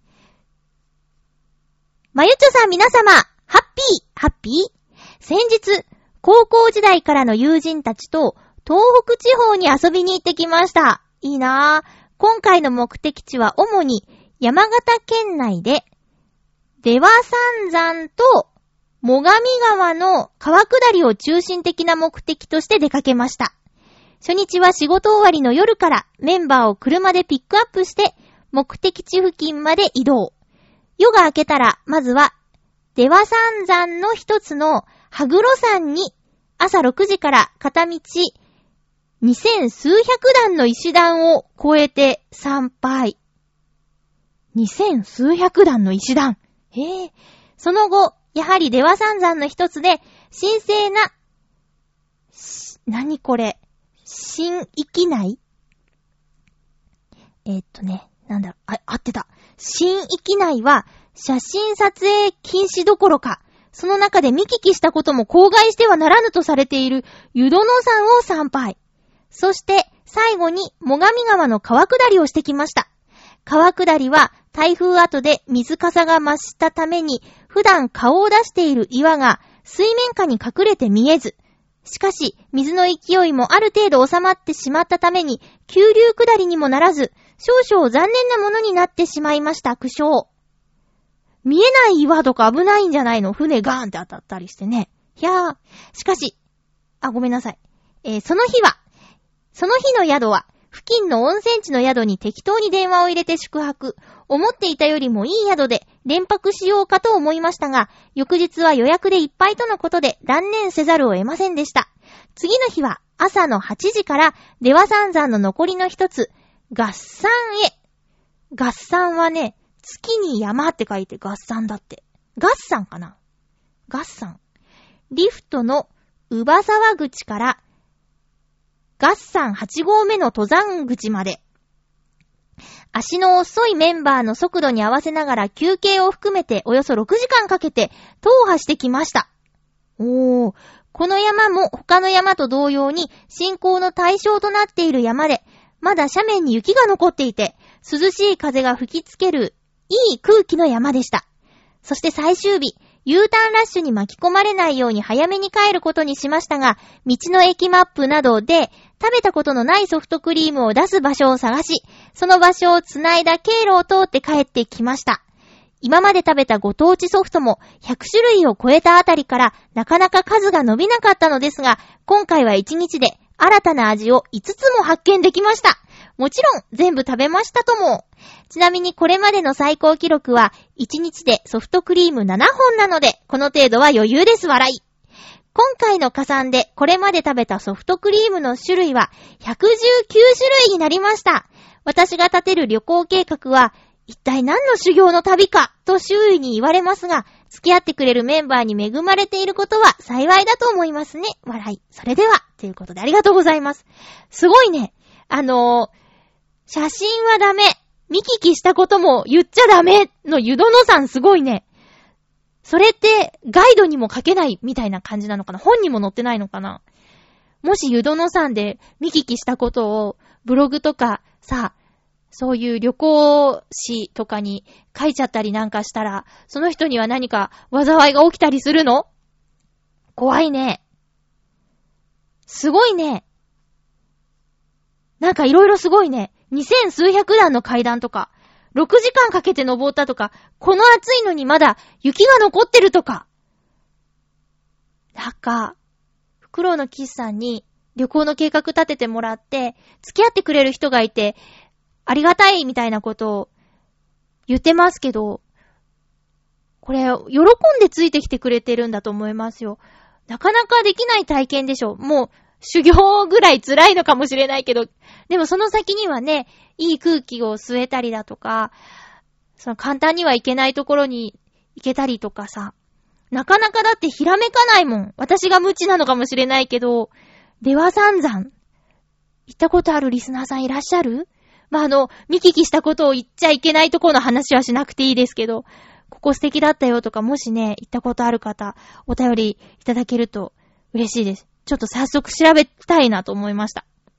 まゆちょさん皆様、ハッピー、ハッピー。先日、高校時代からの友人たちと東北地方に遊びに行ってきました。いいなぁ。今回の目的地は主に山形県内で、出羽三山と最上川の川下りを中心的な目的として出かけました。初日は仕事終わりの夜からメンバーを車でピックアップして目的地付近まで移動。夜が明けたらまずは出羽三山の一つの羽黒山に朝ろくじから片道二千数百段の石段を越えて参拝。二千数百段の石段。へえ。その後、やはり出羽三山の一つで神聖な、何これ、神域内えー、っとね、なんだろ、あ、合ってた。神域内は写真撮影禁止どころか、その中で見聞きしたことも口外してはならぬとされている湯殿山を参拝。そして最後に最上川の川下りをしてきました。川下りは台風後で水かさが増したために普段顔を出している岩が水面下に隠れて見えず、しかし水の勢いもある程度収まってしまったために急流下りにもならず、少々残念なものになってしまいました。苦笑。見えない岩とか危ないんじゃないの？船ガーンって当たったりしてね。いやー。しかし、あ、ごめんなさい。えー、その日は、その日の宿は、付近の温泉地の宿に適当に電話を入れて宿泊。思っていたよりもいい宿で連泊しようかと思いましたが、翌日は予約でいっぱいとのことで断念せざるを得ませんでした。次の日は朝のはちじから出羽三山の残りの一つ、合山へ。合山はね、月に山って書いて合山だって。合山かな？合山。リフトの乳母沢口から合山はち号目の登山口まで。足の遅いメンバーの速度に合わせながら休憩を含めておよそろくじかんかけて踏破してきました。おー、この山も他の山と同様に信仰の対象となっている山で、まだ斜面に雪が残っていて、涼しい風が吹きつけるいい空気の山でした。そして最終日、U ターンラッシュに巻き込まれないように早めに帰ることにしましたが、道の駅マップなどで食べたことのないソフトクリームを出す場所を探し、その場所をつないだ経路を通って帰ってきました。今まで食べたご当地ソフトもひゃく種類を超えたあたりからなかなか数が伸びなかったのですが、今回はいちにちで新たな味をいつつも発見できました。もちろん全部食べましたとも。ちなみにこれまでの最高記録はいちにちでソフトクリームななほんなので、この程度は余裕です笑い。今回の加算でこれまで食べたソフトクリームの種類はひゃくじゅうきゅうしゅるいになりました。私が立てる旅行計画は一体何の修行の旅かと周囲に言われますが、付き合ってくれるメンバーに恵まれていることは幸いだと思いますね。笑い。それでは、ということでありがとうございます。すごいね。あのー、写真はダメ。見聞きしたことも言っちゃダメの湯殿さんすごいね。それってガイドにも書けないみたいな感じなのかな？本にも載ってないのかな？もし湯殿さんで見聞きしたことをブログとかさ、そういう旅行誌とかに書いちゃったりなんかしたら、その人には何か災いが起きたりするの？怖いね。すごいね。なんかいろいろすごいね。二千数百段の階段とか、 ろくじかんかけて登ったとか、この暑いのにまだ雪が残ってるとか。なんか、フクロウのキスさんに旅行の計画立ててもらって、付き合ってくれる人がいて、ありがたいみたいなことを言ってますけど、これ、喜んでついてきてくれてるんだと思いますよ。なかなかできない体験でしょ。もう、修行ぐらい辛いのかもしれないけど、でもその先にはね、いい空気を吸えたりだとか、その簡単には行けないところに行けたりとかさ、なかなかだってひらめかないもん。私が無知なのかもしれないけど、出羽三山、行ったことあるリスナーさんいらっしゃる？まあ、あの、見聞きしたことを言っちゃいけないところの話はしなくていいですけど、ここ素敵だったよとか、もしね、行ったことある方、お便りいただけると嬉しいです。ちょっと早速調べたいなと思いました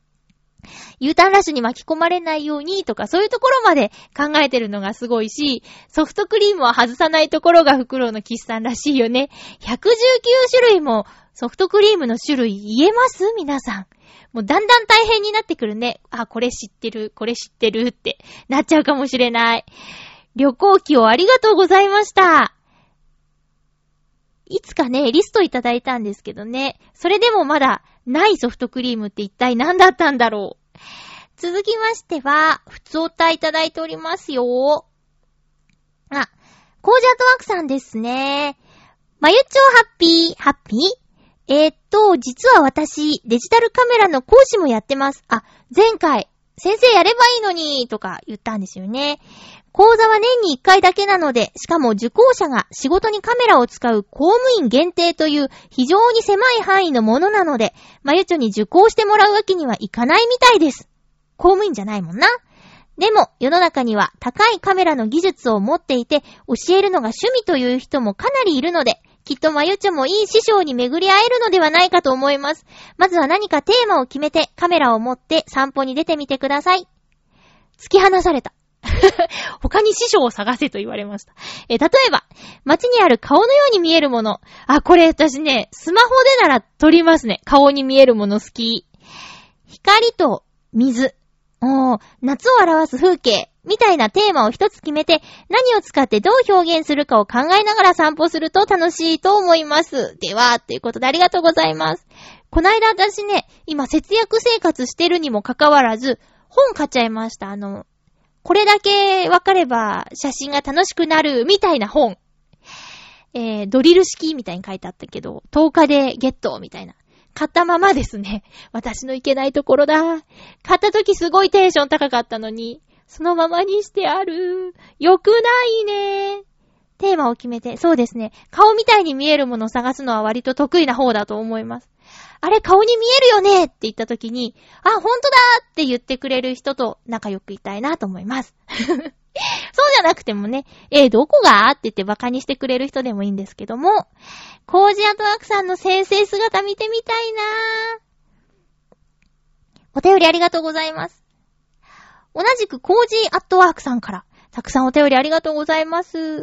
。U ターンラッシュに巻き込まれないようにとか、そういうところまで考えてるのがすごいし、ソフトクリームは外さないところがフクロウのキスさんらしいよね。ひゃくじゅうきゅうしゅるいもソフトクリームの種類言えます？皆さん。もうだんだん大変になってくるね。あ、これ知ってる、これ知ってるってなっちゃうかもしれない。旅行記をありがとうございました。いつかね、リストいただいたんですけどね。それでもまだないソフトクリームって一体何だったんだろう。続きましては、ふつおたいただいておりますよ。あ、コージアートワークさんですね。まゆちょハッピー、ハッピーえー、っと、実は私、デジタルカメラの講師もやってます。あ、前回、先生やればいいのに、とか言ったんですよね。講座は年にいっかいだけなので、しかも受講者が仕事にカメラを使う公務員限定という非常に狭い範囲のものなので、まゆちょに受講してもらうわけにはいかないみたいです。公務員じゃないもんな。でも、世の中には高いカメラの技術を持っていて、教えるのが趣味という人もかなりいるので、きっとまゆちょもいい師匠に巡り会えるのではないかと思います。まずは何かテーマを決めてカメラを持って散歩に出てみてください。突き放された。他に師匠を探せと言われました。え、例えば、街にある顔のように見えるもの。あ、これ私ね、スマホでなら撮りますね。顔に見えるもの好き。光と水。おー、夏を表す風景。みたいなテーマを一つ決めて、何を使ってどう表現するかを考えながら散歩すると楽しいと思います。では、ということでありがとうございます。こないだ私ね、今節約生活してるにもかかわらず、本買っちゃいました。あの、これだけわかれば写真が楽しくなるみたいな本。えー、ドリル式みたいに書いてあったけど、とおかでゲットみたいな。買ったままですね。私のいけないところだ。買った時すごいテンション高かったのに、そのままにしてある。よくないね。テーマを決めて、そうですね。顔みたいに見えるものを探すのは割と得意な方だと思います。あれ顔に見えるよねって言った時に、あ、ほんとだって言ってくれる人と仲良くいたいなと思います。そうじゃなくてもね、えー、どこがって言ってバカにしてくれる人でもいいんですけども、コージアートワークさんの先生姿見てみたいなぁ。お便りありがとうございます。同じくコージーアットワークさんからたくさんお便りありがとうございます。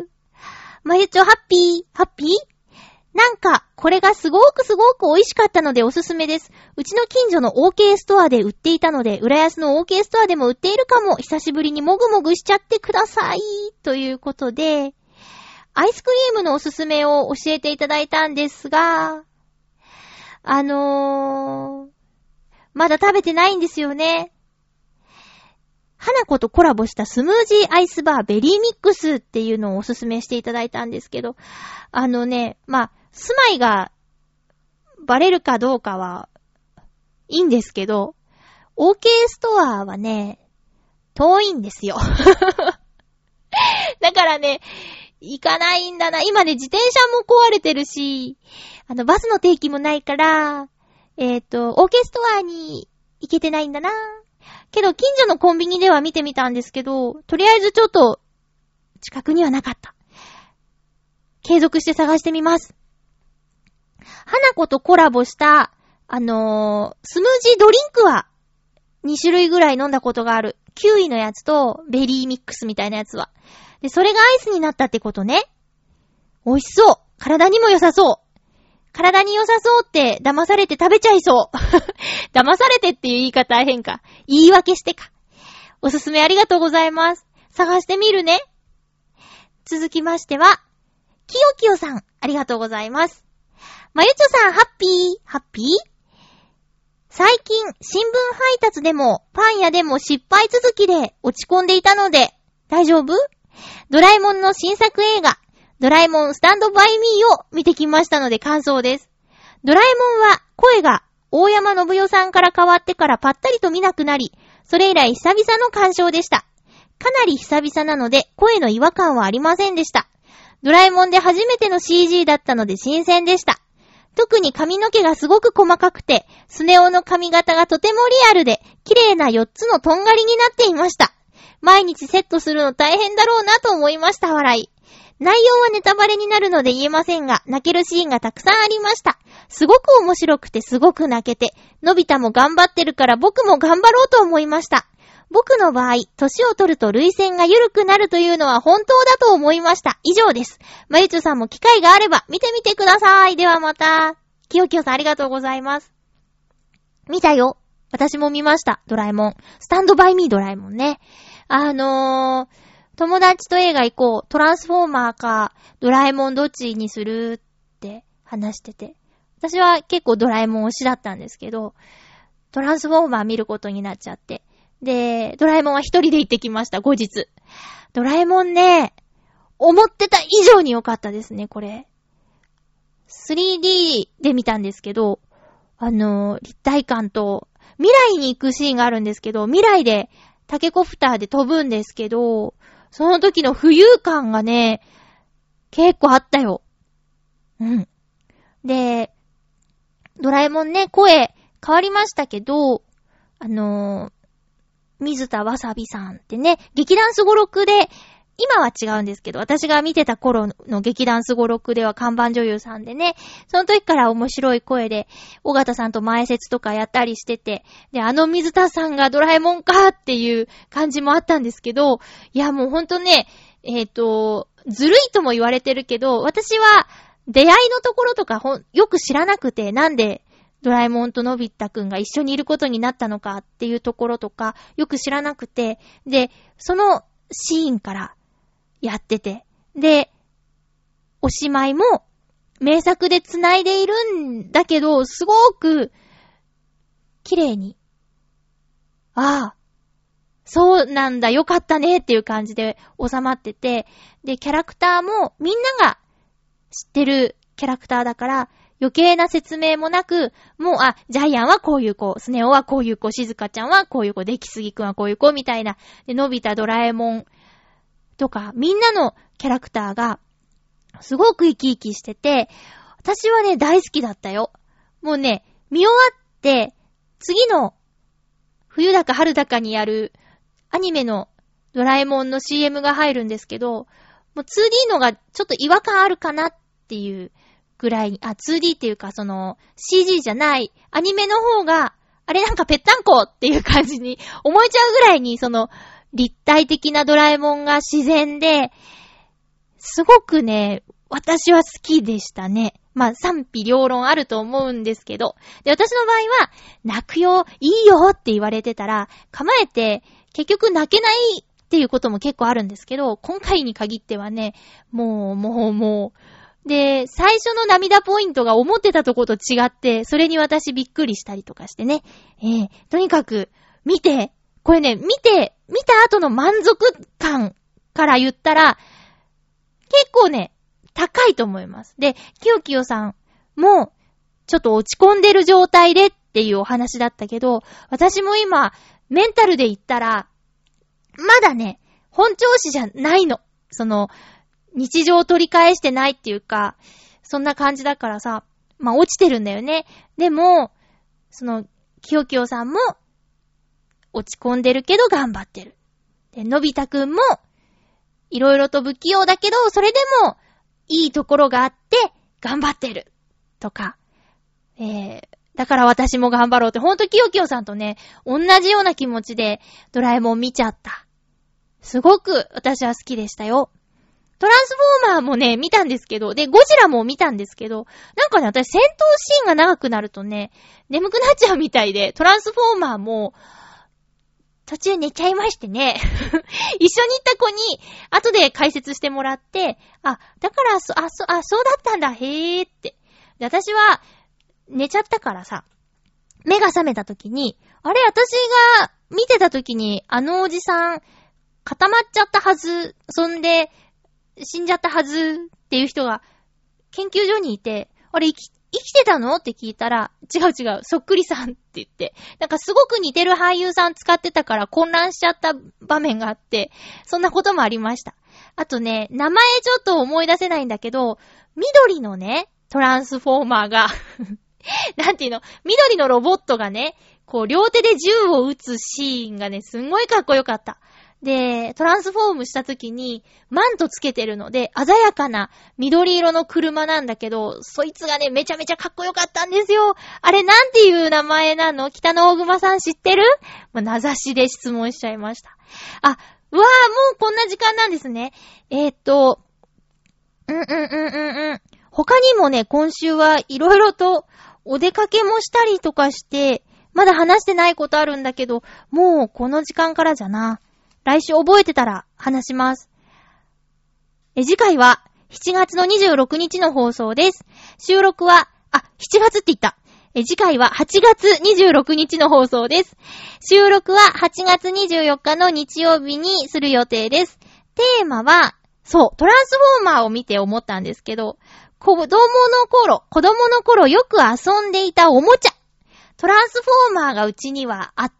まゆちょハッピーハッピーなんかこれがすごくすごく美味しかったのでおすすめです。うちの近所の OK ストアで売っていたので、浦安の OK ストアでも売っているかも。久しぶりにもぐもぐしちゃってくださいということで、アイスクリームのおすすめを教えていただいたんですが、あのー、まだ食べてないんですよね。花子とコラボしたスムージーアイスバーベリーミックスっていうのをおすすめしていただいたんですけど、あのね、まあ、住まいがバレるかどうかはいいんですけど、OK ストアはね、遠いんですよ。だからね、行かないんだな。今ね、自転車も壊れてるし、あの、バスの定期もないから、えっと、OK ストアに行けてないんだな。けど、近所のコンビニでは見てみたんですけど、とりあえずちょっと、近くにはなかった。継続して探してみます。花子とコラボした、あのー、スムージードリンクは、にしゅるいぐらい飲んだことがある。キウイのやつと、ベリーミックスみたいなやつは。で、それがアイスになったってことね。美味しそう。体にも良さそう。体に良さそうって騙されて食べちゃいそう。騙されてっていう言い方は変か。言い訳してか。おすすめありがとうございます。 探してみるね。続きましては、きよきよさん、ありがとうございます。まゆちょさん、ハッピー、ハッピー？最近、新聞配達でも、パン屋でも失敗続きで落ち込んでいたので、大丈夫？ドラえもんの新作映画、ドラえもんスタンドバイミーを見てきましたので感想です。ドラえもんは声が大山信代さんから変わってからぱったりと見なくなり、それ以来久々の鑑賞でした。かなり久々なので声の違和感はありませんでした。ドラえもんで初めての シージー だったので新鮮でした。特に髪の毛がすごく細かくて、スネ夫の髪型がとてもリアルで、綺麗なよっつのとんがりになっていました。毎日セットするの大変だろうなと思いました。笑い。内容はネタバレになるので言えませんが、泣けるシーンがたくさんありました。すごく面白くてすごく泣けて、のび太も頑張ってるから僕も頑張ろうと思いました。僕の場合、年を取ると涙腺が緩くなるというのは本当だと思いました。以上です。まゆちょさんも機会があれば見てみてください。ではまた。きよきよさんありがとうございます。見たよ。私も見ました。ドラえもん。スタンドバイミードラえもんね。あのー、友達と映画行こう。トランスフォーマーかドラえもんどっちにするって話してて。私は結構ドラえもん推しだったんですけど、トランスフォーマー見ることになっちゃって。で、ドラえもんは一人で行ってきました、後日。ドラえもんね、思ってた以上に良かったですね、これ。スリーディー で見たんですけど、あの、立体感と、未来に行くシーンがあるんですけど、未来でタケコプターで飛ぶんですけど、その時の浮遊感がね、結構あったよ。うん。で、ドラえもんね、声変わりましたけど、あのー、水田わさびさんってね、劇団すごろくで、今は違うんですけど、私が見てた頃の劇団すごろくでは看板女優さんでね、その時から面白い声で、尾形さんと前説とかやったりしてて、で、あの水田さんがドラえもんかっていう感じもあったんですけど、いやもうほんとね、えっと、ずるいとも言われてるけど、私は出会いのところとかほんよく知らなくて、なんで、ドラえもんとのび太くんが一緒にいることになったのかっていうところとかよく知らなくて、で、そのシーンからやってて、で、おしまいも名作で繋いでいるんだけど、すごく綺麗に、ああ、そうなんだ、よかったねっていう感じで収まってて、で、キャラクターもみんなが知ってるキャラクターだから、余計な説明もなく、もう、あ、ジャイアンはこういう子、スネ夫はこういう子、静香ちゃんはこういう子、できすぎくんはこういう子、みたいな。で、のび太、ドラえもんとか、みんなのキャラクターが、すごく生き生きしてて、私はね、大好きだったよ。もうね、見終わって、次の、冬だか春だかにやる、アニメのドラえもんの シーエム が入るんですけど、もう ツーディー のがちょっと違和感あるかなっていう、ぐらいに、あ、ツーディー っていうか、その、シージー じゃない、アニメの方が、あれなんかぺったんこっていう感じに思えちゃうぐらいに、その、立体的なドラえもんが自然で、すごくね、私は好きでしたね。まあ、賛否両論あると思うんですけど。で、私の場合は、泣くよ、いいよって言われてたら、構えて、結局泣けないっていうことも結構あるんですけど、今回に限ってはね、もう、もう、もう、で、最初の涙ポイントが思ってたとこと違って、それに私びっくりしたりとかしてね。えー、とにかく、見て、これね、見て、見た後の満足感から言ったら、結構ね、高いと思います。で、きよきよさんも、ちょっと落ち込んでる状態でっていうお話だったけど、私も今、メンタルで言ったら、まだね、本調子じゃないの。その、日常を取り返してないっていうか、そんな感じだからさ、まあ落ちてるんだよね。でも、その、きよきよさんも、落ち込んでるけど頑張ってる。で、のび太くんも、いろいろと不器用だけど、それでも、いいところがあって、頑張ってる。とか、えー、だから私も頑張ろうって、ほんときよきよさんとね、同じような気持ちで、ドラえもん見ちゃった。すごく、私は好きでしたよ。トランスフォーマーもね、見たんですけど、で、ゴジラも見たんですけど、なんかね、私戦闘シーンが長くなるとね、眠くなっちゃうみたいで、トランスフォーマーも、 途中寝ちゃいましてね。一緒に行った子に、後で解説してもらって、あ、だから、そ、あ、そ、あ、そうだったんだ、へーって。で、私は、寝ちゃったからさ、目が覚めた時に、あれ、私が見てた時に、あのおじさん、固まっちゃったはず、そんで、死んじゃったはずっていう人が、研究所にいて、あれ、生き、生きてたのって聞いたら、違う違う、そっくりさんって言って、なんかすごく似てる俳優さん使ってたから混乱しちゃった場面があって、そんなこともありました。あとね、名前ちょっと思い出せないんだけど、緑のね、トランスフォーマーが、なんていうの、緑のロボットがね、こう両手で銃を撃つシーンがね、すんごいかっこよかった。で、トランスフォームした時に、マントつけてるので、鮮やかな緑色の車なんだけど、そいつがね、めちゃめちゃかっこよかったんですよ。あれ、なんていう名前なの？北の大熊さん知ってる？まあ、名指しで質問しちゃいました。あ、うわぁ、もうこんな時間なんですね。えーっと、うんうんうんうんうん。他にもね、今週はいろいろとお出かけもしたりとかして、まだ話してないことあるんだけど、もうこの時間からじゃな。来週覚えてたら話します。え、次回はしちがつのにじゅうろくにちの放送です。収録は、あ、しちがつって言った。え、次回ははちがつにじゅうろくにちの放送です。収録ははちがつにじゅうよっかの日曜日にする予定です。テーマは、そう、トランスフォーマーを見て思ったんですけど、子供の頃、子供の頃よく遊んでいたおもちゃ。トランスフォーマーがうちにはあって、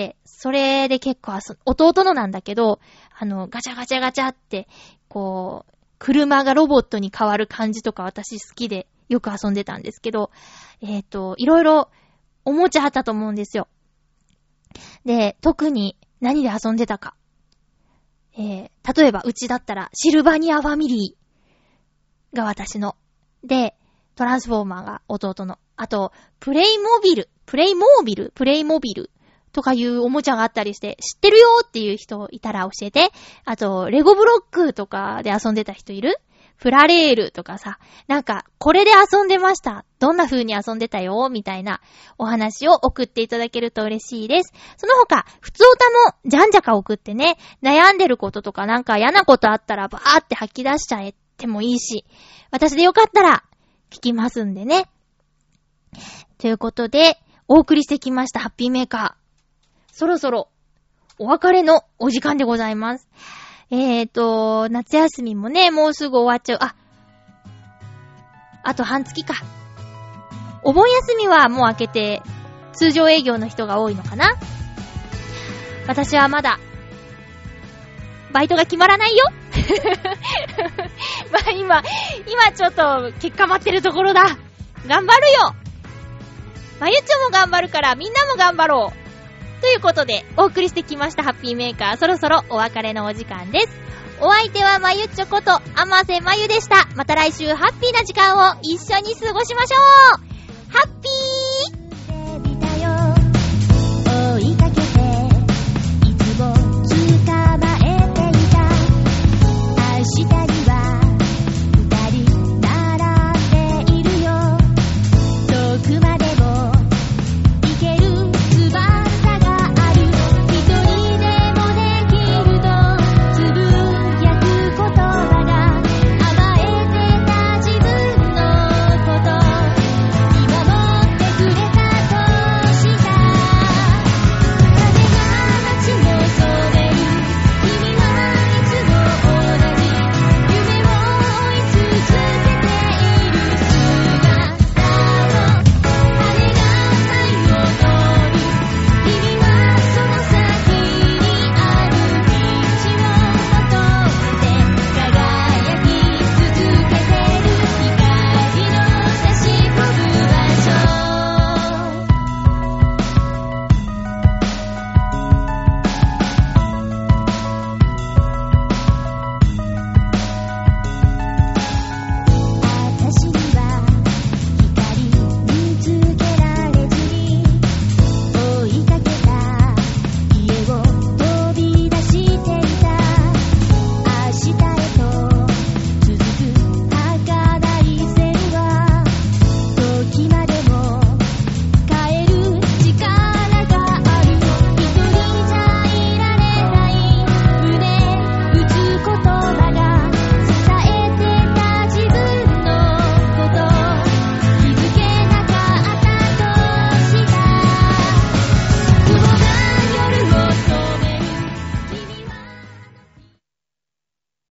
それで結構遊ん、弟のなんだけど、あの、ガチャガチャガチャって、こう、車がロボットに変わる感じとか私好きでよく遊んでたんですけど、えっと、いろいろおもちゃあったと思うんですよ。で、特に何で遊んでたか。えー、例えばうちだったらシルバニアファミリーが私の。で、トランスフォーマーが弟の。あと、プレイモビル、プレイモービル、プレイモビルとかいうおもちゃがあったりして、知ってるよっていう人いたら教えて。あと、レゴブロックとかで遊んでた人いる？プラレールとかさ、なんか、これで遊んでました。どんな風に遊んでたよみたいなお話を送っていただけると嬉しいです。その他、普通歌もじゃんじゃか送ってね、悩んでることとかなんか嫌なことあったらバーって吐き出しちゃえてもいいし、私でよかったら聞きますんでね。ということで、お送りしてきましたハッピーメーカー。そろそろお別れのお時間でございます。えーと、夏休みもね、もうすぐ終わっちゃう。あ、あと半月か。お盆休みはもう明けて、通常営業の人が多いのかな？私はまだ、バイトが決まらないよまあ今、今ちょっと結果待ってるところだ。頑張るよ。まゆちょも頑張るからみんなも頑張ろう。ということで、お送りしてきましたハッピーメーカー、そろそろお別れのお時間です。お相手はまゆちょこと、あませまゆでした。また来週ハッピーな時間を一緒に過ごしましょう。ハッピー